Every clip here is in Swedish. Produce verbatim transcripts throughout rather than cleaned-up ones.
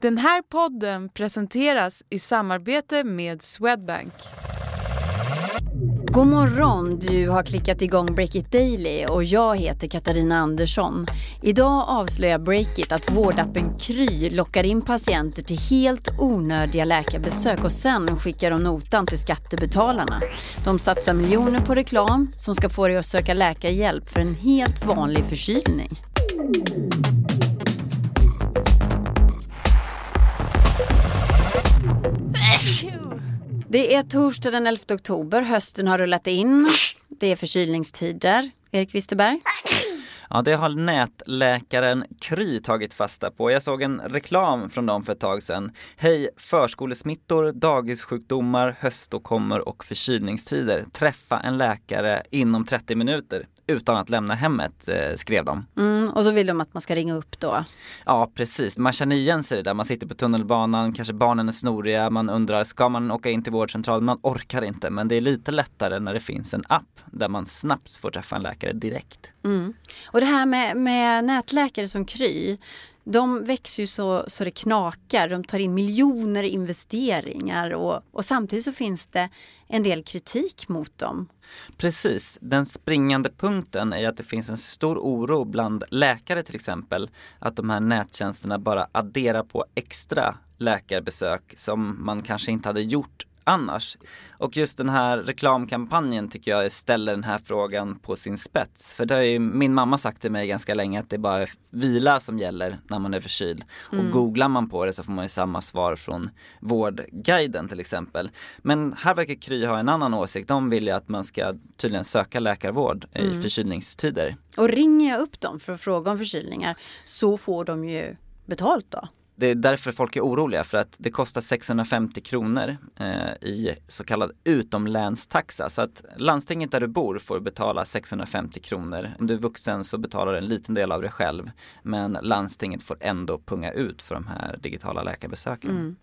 Den här podden presenteras i samarbete med Swedbank. God morgon, du har klickat igång Breakit Daily och jag heter Katarina Andersson. Idag avslöjar Breakit att vårdappen Kry lockar in patienter till helt onödiga läkarbesök och sen skickar de notan till skattebetalarna. De satsar miljoner på reklam som ska få dig att söka läkarhjälp för en helt vanlig förkylning. Det är torsdag den elfte oktober, hösten har rullat in, det är förkylningstider. Erik Wisterberg? Ja, det har nätläkaren Kry tagit fasta på. Jag såg en reklam från dem för ett tag sedan. Hej, förskolesmittor, dagissjukdomar, höståkommor och förkylningstider. Träffa en läkare inom trettio minuter utan att lämna hemmet, eh, skrev de. Mm, och så vill de att man ska ringa upp då. Ja, precis. Man känner igen sig det där. Man sitter på tunnelbanan, kanske barnen är snoriga. Man undrar, ska man åka in till vårdcentralen? Man orkar inte, men det är lite lättare när det finns en app där man snabbt får träffa en läkare direkt. Mm. Och det här med, med nätläkare som Kry, de växer ju så, så det knakar. De tar in miljoner investeringar och, och samtidigt så finns det en del kritik mot dem. Precis. Den springande punkten är att det finns en stor oro bland läkare till exempel att de här nättjänsterna bara adderar på extra läkarbesök som man kanske inte hade gjort annars. Och just den här reklamkampanjen tycker jag ställer den här frågan på sin spets. För det har ju min mamma sagt till mig ganska länge att det är bara vila som gäller när man är förkyld. Mm. Och googlar man på det så får man ju samma svar från Vårdguiden till exempel. Men här verkar Kry ha en annan åsikt. De vill ju att man ska tydligen söka läkarvård i mm. förkylningstider. Och ringer jag upp dem för att fråga om förkylningar så får de ju betalt då. Det är därför folk är oroliga, för att det kostar sexhundrafemtio kronor eh, i så kallad utomlänstaxa. Så att landstinget där du bor får betala sexhundrafemtio kronor. Om du är vuxen så betalar du en liten del av det själv. Men landstinget får ändå punga ut för de här digitala läkarbesöken. Mm.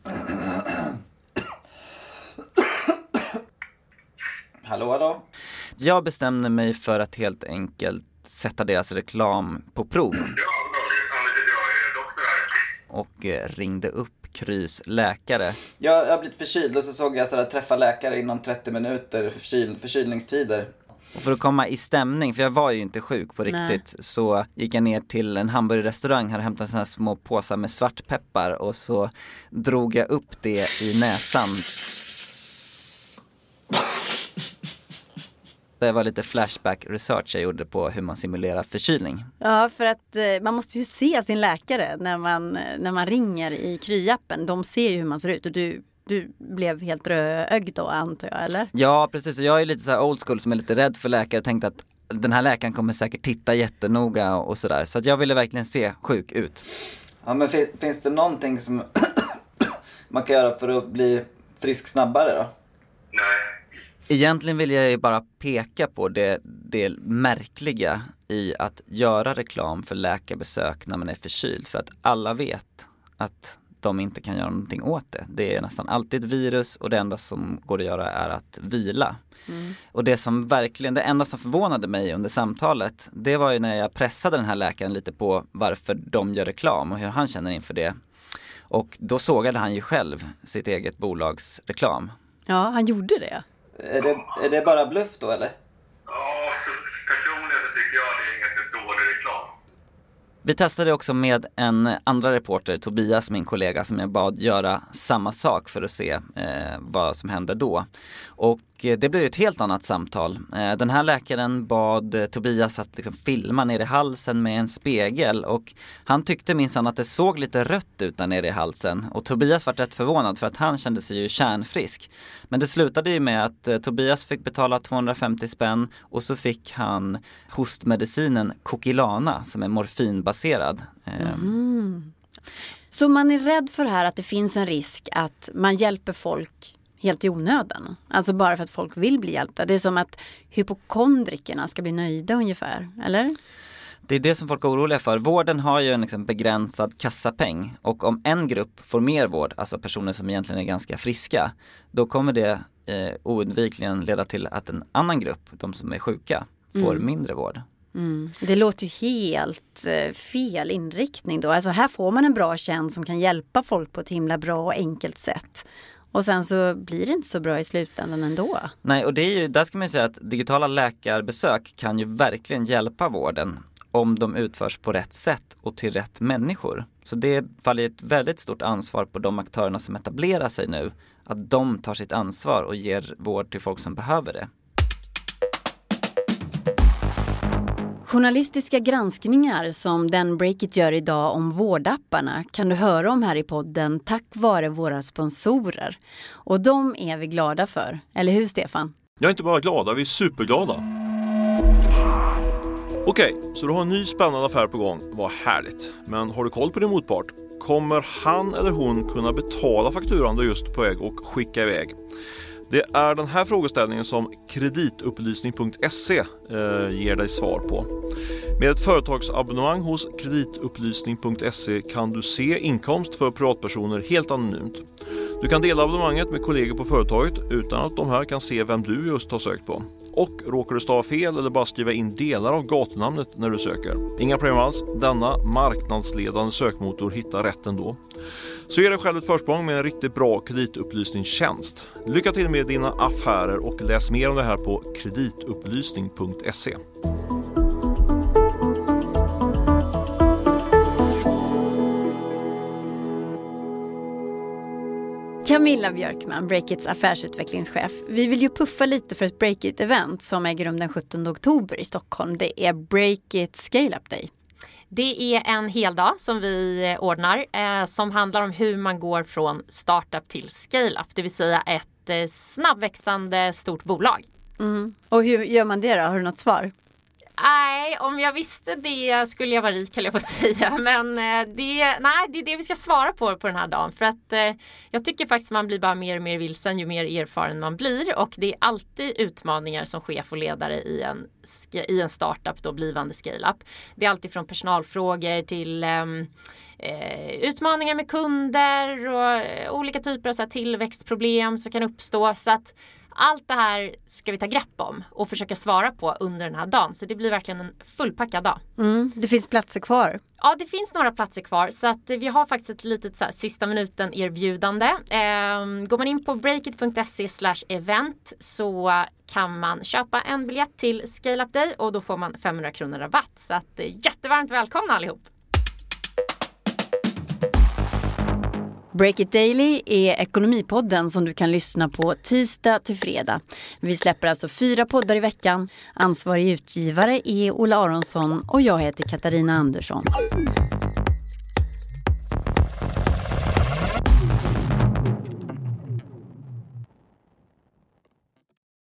Hallå, hallå. Jag bestämde mig för att helt enkelt sätta deras reklam på prov. Och ringde upp Krys läkare. Jag har blivit förkyld och så såg jag så där, träffa läkare inom trettio minuter förkyl, förkylningstider. Och för att komma i stämning, för jag var ju inte sjuk på riktigt, Nej. Så gick jag ner till en hamburgerrestaurang här och hämtade såna här små påsar med svartpeppar och så drog jag upp det i näsan. Det var lite flashback research jag gjorde på hur man simulerar förkylning. Ja, för att eh, man måste ju se sin läkare när man, när man ringer i Kry-appen. De ser ju hur man ser ut och du, du blev helt rödögd då, antar jag, eller? Ja, precis. Och jag är lite så här old school som är lite rädd för läkare. Jag tänkte att den här läkaren kommer säkert titta jättenoga och sådär. Så att jag ville verkligen se sjuk ut. Ja, men fin- finns det någonting som man kan göra för att bli frisk snabbare då? Nej. Egentligen vill jag ju bara peka på det, det märkliga i att göra reklam för läkarbesök när man är förkyld. För att alla vet att de inte kan göra någonting åt det. Det är nästan alltid ett virus och det enda som går att göra är att vila. Mm. Och det som verkligen, det enda som förvånade mig under samtalet, det var ju när jag pressade den här läkaren lite på varför de gör reklam och hur han känner inför det. Och då sågade han ju själv sitt eget bolags reklam. Ja, han gjorde det. Är det, är det bara bluff då, eller? Ja, så personligen så tycker jag det är en ganska dålig reklam. Vi testade också med en andra reporter, Tobias, min kollega, som jag bad göra samma sak för att se eh, vad som hände då. Och eh, det blev ett helt annat samtal. Eh, den här läkaren bad eh, Tobias att liksom filma ner i halsen med en spegel och han tyckte minsann att det såg lite rött ut där nere i halsen. Och Tobias var rätt förvånad för att han kände sig ju kärnfrisk. Men det slutade ju med att eh, Tobias fick betala tvåhundrafemtio spänn och så fick han hostmedicinen Kokilana som är morfinbaserad. Eh, mm. Så man är rädd för det här att det finns en risk att man hjälper folk helt i onödan. Alltså bara för att folk vill bli hjälpta. Det är som att hypokondrikerna ska bli nöjda ungefär, eller? Det är det som folk är oroliga för. Vården har ju en liksom begränsad kassapeng. Och om en grupp får mer vård, alltså personer som egentligen är ganska friska, då kommer det eh, oundvikligen leda till att en annan grupp, de som är sjuka, får mm. mindre vård. Mm. Det låter ju helt eh, fel inriktning då. Alltså här får man en bra tjänst som kan hjälpa folk på ett himla bra och enkelt sätt. Och sen så blir det inte så bra i slutändan ändå. Nej, och det är ju, där ska man säga att digitala läkarbesök kan ju verkligen hjälpa vården om de utförs på rätt sätt och till rätt människor. Så det faller ett väldigt stort ansvar på de aktörerna som etablerar sig nu. Att de tar sitt ansvar och ger vård till folk som behöver det. Journalistiska granskningar som den Breakit gör idag om vårdapparna kan du höra om här i podden tack vare våra sponsorer. Och de är vi glada för. Eller hur, Stefan? Jag är inte bara glada, vi är superglada. Okej, så du har en ny spännande affär på gång. Vad härligt. Men har du koll på din motpart? Kommer han eller hon kunna betala fakturan du just på väg och skicka iväg? Det är den här frågeställningen som kreditupplysning punkt se eh, ger dig svar på. Med ett företagsabonnemang hos kreditupplysning punkt se kan du se inkomst för privatpersoner helt anonymt. Du kan dela abonnemanget med kollegor på företaget utan att de här kan se vem du just har sökt på. Och råkar du stava fel eller bara skriva in delar av gatunamnet när du söker. Inga problem alls, denna marknadsledande sökmotor hittar rätt ändå. Så ge dig själv ett försprång med en riktigt bra kreditupplysningstjänst. Lycka till med dina affärer och läs mer om det här på kreditupplysning punkt se. Camilla Björkman, Breakits affärsutvecklingschef. Vi vill ju puffa lite för ett Breakit-event som äger rum den sjuttonde oktober i Stockholm. Det är Breakit Scale-Up Day. Det är en hel dag som vi ordnar eh, som handlar om hur man går från startup till scale-up. Det vill säga ett eh, snabbväxande stort bolag. Mm. Och hur gör man det då? Har du något svar? Nej, om jag visste det skulle jag vara rik, kan jag få säga. Men det, nej, det är det vi ska svara på på den här dagen. För att eh, jag tycker faktiskt man blir bara mer och mer vilsen ju mer erfaren man blir. Och det är alltid utmaningar som chef och ledare i en, i en startup, då blivande scale-up. Det är alltid från personalfrågor till eh, utmaningar med kunder och olika typer av så här tillväxtproblem som kan uppstå. Så att allt det här ska vi ta grepp om och försöka svara på under den här dagen. Så det blir verkligen en fullpackad dag. Mm, det finns platser kvar. Ja, det finns några platser kvar. Så att vi har faktiskt ett litet så här, sista minuten erbjudande. Eh, går man in på breakit punkt se slash event så kan man köpa en biljett till Scale Up Day. Och då får man femhundra kronor rabatt. Så att, jättevarmt välkomna allihop. Breakit Daily är ekonomipodden som du kan lyssna på tisdag till fredag. Vi släpper alltså fyra poddar i veckan. Ansvarig utgivare är Ola Aronsson och jag heter Katarina Andersson.